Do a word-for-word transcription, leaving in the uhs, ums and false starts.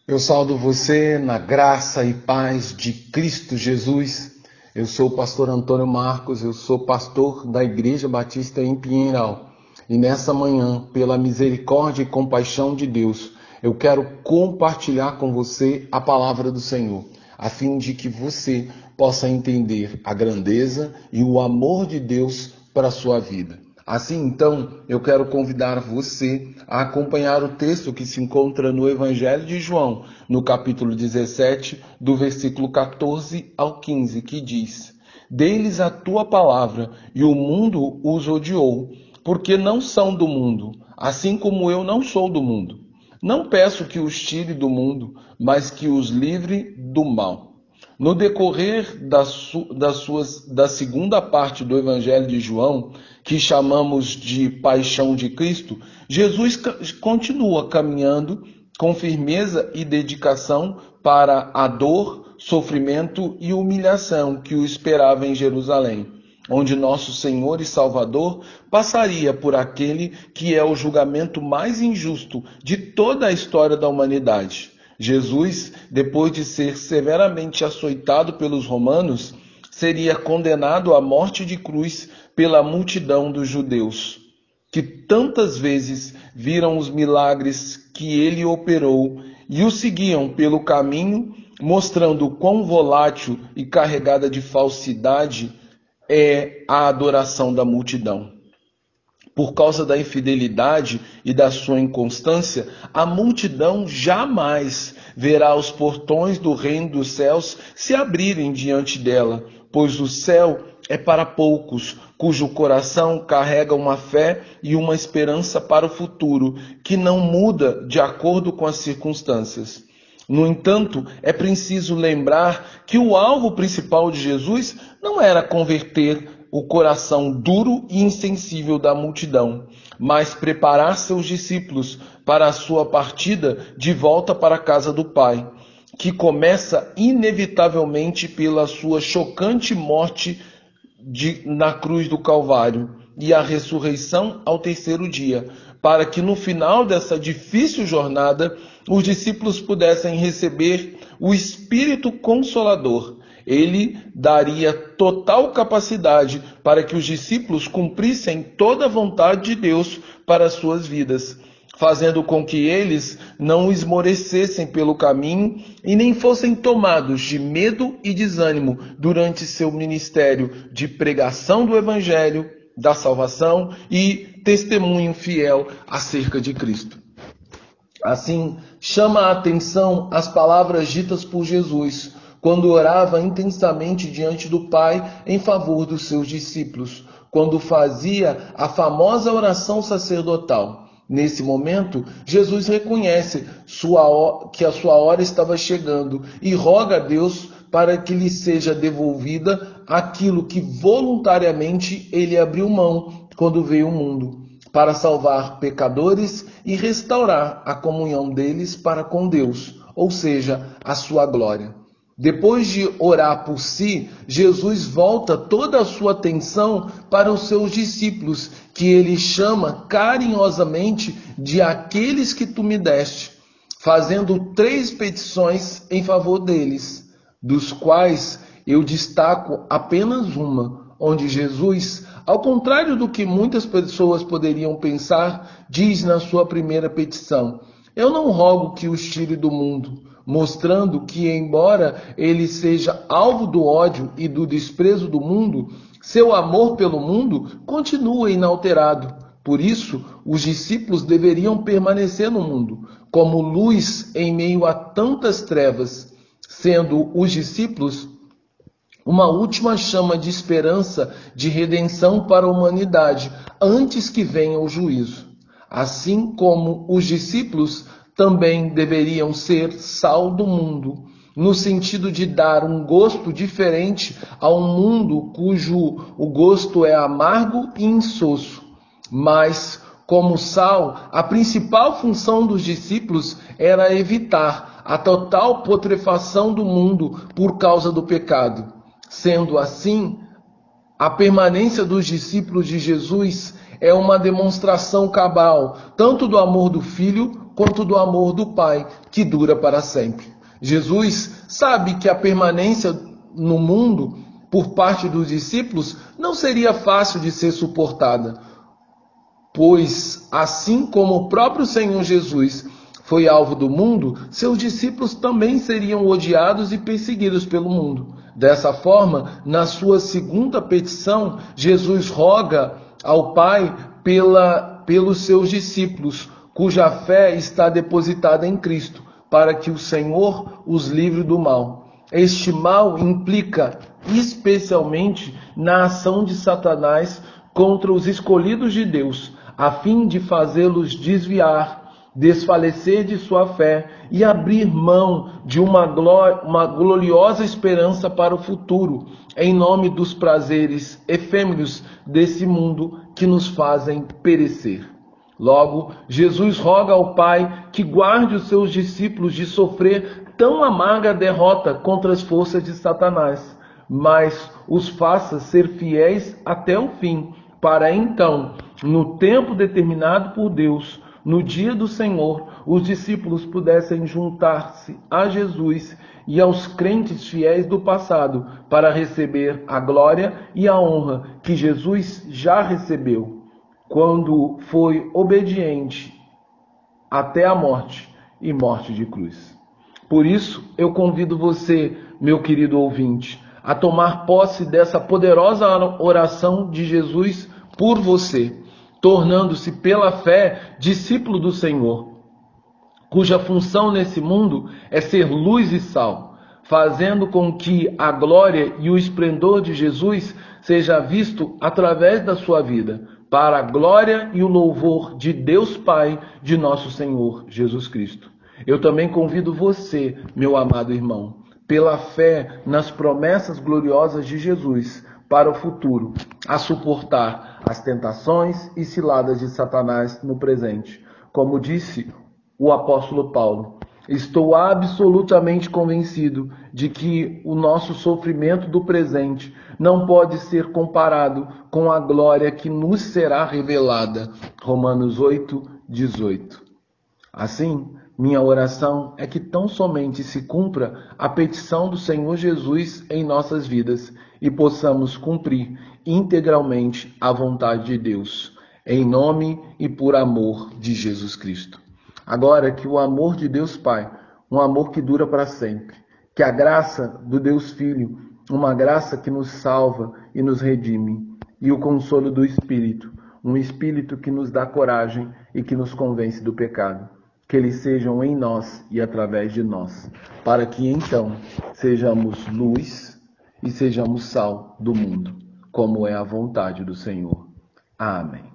Eu saudo você na graça e paz de Cristo Jesus. Eu sou o pastor Antônio Marcos, eu sou pastor da Igreja Batista em Pinheiral. E nessa manhã, pela misericórdia e compaixão de Deus, eu quero compartilhar com você a palavra do Senhor, a fim de que você possa entender a grandeza e o amor de Deus para a sua vida. Assim, então, eu quero convidar você a acompanhar o texto que se encontra no Evangelho de João, no capítulo dezessete, do versículo quatorze ao quinze, que diz: Dê-lhes a tua palavra, e o mundo os odiou, porque não são do mundo, assim como eu não sou do mundo. Não peço que os tire do mundo, mas que os livre do mal. No decorrer da, su, das suas, da segunda parte do Evangelho de João, que chamamos de Paixão de Cristo, Jesus continua caminhando com firmeza e dedicação para a dor, sofrimento e humilhação que o esperava em Jerusalém, onde nosso Senhor e Salvador passaria por aquele que é o julgamento mais injusto de toda a história da humanidade. Jesus, depois de ser severamente açoitado pelos romanos, seria condenado à morte de cruz pela multidão dos judeus, que tantas vezes viram os milagres que ele operou e o seguiam pelo caminho, mostrando quão volátil e carregada de falsidade é a adoração da multidão. Por causa da infidelidade e da sua inconstância, a multidão jamais verá os portões do reino dos céus se abrirem diante dela, pois o céu é para poucos, cujo coração carrega uma fé e uma esperança para o futuro, que não muda de acordo com as circunstâncias. No entanto, é preciso lembrar que o alvo principal de Jesus não era converter o coração duro e insensível da multidão, mas preparar seus discípulos para a sua partida de volta para a casa do Pai, que começa inevitavelmente pela sua chocante morte de, na cruz do Calvário e a ressurreição ao terceiro dia, para que no final dessa difícil jornada os discípulos pudessem receber o Espírito Consolador. Ele daria total capacidade para que os discípulos cumprissem toda a vontade de Deus para as suas vidas, fazendo com que eles não esmorecessem pelo caminho e nem fossem tomados de medo e desânimo durante seu ministério de pregação do Evangelho, da salvação e testemunho fiel acerca de Cristo. Assim, chama a atenção as palavras ditas por Jesus, quando orava intensamente diante do Pai em favor dos seus discípulos, quando fazia a famosa oração sacerdotal. Nesse momento, Jesus reconhece sua, que a sua hora estava chegando e roga a Deus para que lhe seja devolvida aquilo que voluntariamente ele abriu mão quando veio ao mundo, para salvar pecadores e restaurar a comunhão deles para com Deus, ou seja, a sua glória. Depois de orar por si, Jesus volta toda a sua atenção para os seus discípulos, que ele chama carinhosamente de aqueles que tu me deste, fazendo três petições em favor deles, dos quais eu destaco apenas uma, onde Jesus, ao contrário do que muitas pessoas poderiam pensar, diz na sua primeira petição: eu não rogo que os tire do mundo, mostrando que, embora ele seja alvo do ódio e do desprezo do mundo, seu amor pelo mundo continua inalterado. Por isso, os discípulos deveriam permanecer no mundo, como luz em meio a tantas trevas, sendo os discípulos uma última chama de esperança de redenção para a humanidade, antes que venha o juízo. Assim como os discípulos também deveriam ser sal do mundo, no sentido de dar um gosto diferente a um mundo cujo o gosto é amargo e insosso. Mas, como sal, a principal função dos discípulos era evitar a total putrefação do mundo por causa do pecado. Sendo assim, a permanência dos discípulos de Jesus é uma demonstração cabal, tanto do amor do Filho quanto do amor do Pai, que dura para sempre. Jesus sabe que a permanência no mundo por parte dos discípulos não seria fácil de ser suportada, pois, assim como o próprio Senhor Jesus foi alvo do mundo, seus discípulos também seriam odiados e perseguidos pelo mundo. Dessa forma, na sua segunda petição, Jesus roga ao Pai pela, pelos seus discípulos, cuja fé está depositada em Cristo, para que o Senhor os livre do mal. Este mal implica especialmente na ação de Satanás contra os escolhidos de Deus, a fim de fazê-los desviar, desfalecer de sua fé e abrir mão de uma, gló- uma gloriosa esperança para o futuro, em nome dos prazeres efêmeros desse mundo que nos fazem perecer. Logo, Jesus roga ao Pai que guarde os seus discípulos de sofrer tão amarga derrota contra as forças de Satanás, mas os faça ser fiéis até o fim, para então, no tempo determinado por Deus, no dia do Senhor, os discípulos pudessem juntar-se a Jesus e aos crentes fiéis do passado para receber a glória e a honra que Jesus já recebeu, quando foi obediente até a morte e morte de cruz. Por isso, eu convido você, meu querido ouvinte, a tomar posse dessa poderosa oração de Jesus por você, tornando-se pela fé discípulo do Senhor, cuja função nesse mundo é ser luz e sal, fazendo com que a glória e o esplendor de Jesus seja visto através da sua vida, para a glória e o louvor de Deus Pai, de nosso Senhor Jesus Cristo. Eu também convido você, meu amado irmão, pela fé nas promessas gloriosas de Jesus para o futuro, a suportar as tentações e ciladas de Satanás no presente. Como disse o apóstolo Paulo, estou absolutamente convencido de que o nosso sofrimento do presente não pode ser comparado com a glória que nos será revelada. Romanos oito, dezoito. Assim, minha oração é que tão somente se cumpra a petição do Senhor Jesus em nossas vidas e possamos cumprir integralmente a vontade de Deus, em nome e por amor de Jesus Cristo. Agora que o amor de Deus Pai, um amor que dura para sempre, que a graça do Deus Filho, uma graça que nos salva e nos redime, e o consolo do Espírito, um Espírito que nos dá coragem e que nos convence do pecado, que eles sejam em nós e através de nós, para que então sejamos luz e sejamos sal do mundo, como é a vontade do Senhor. Amém.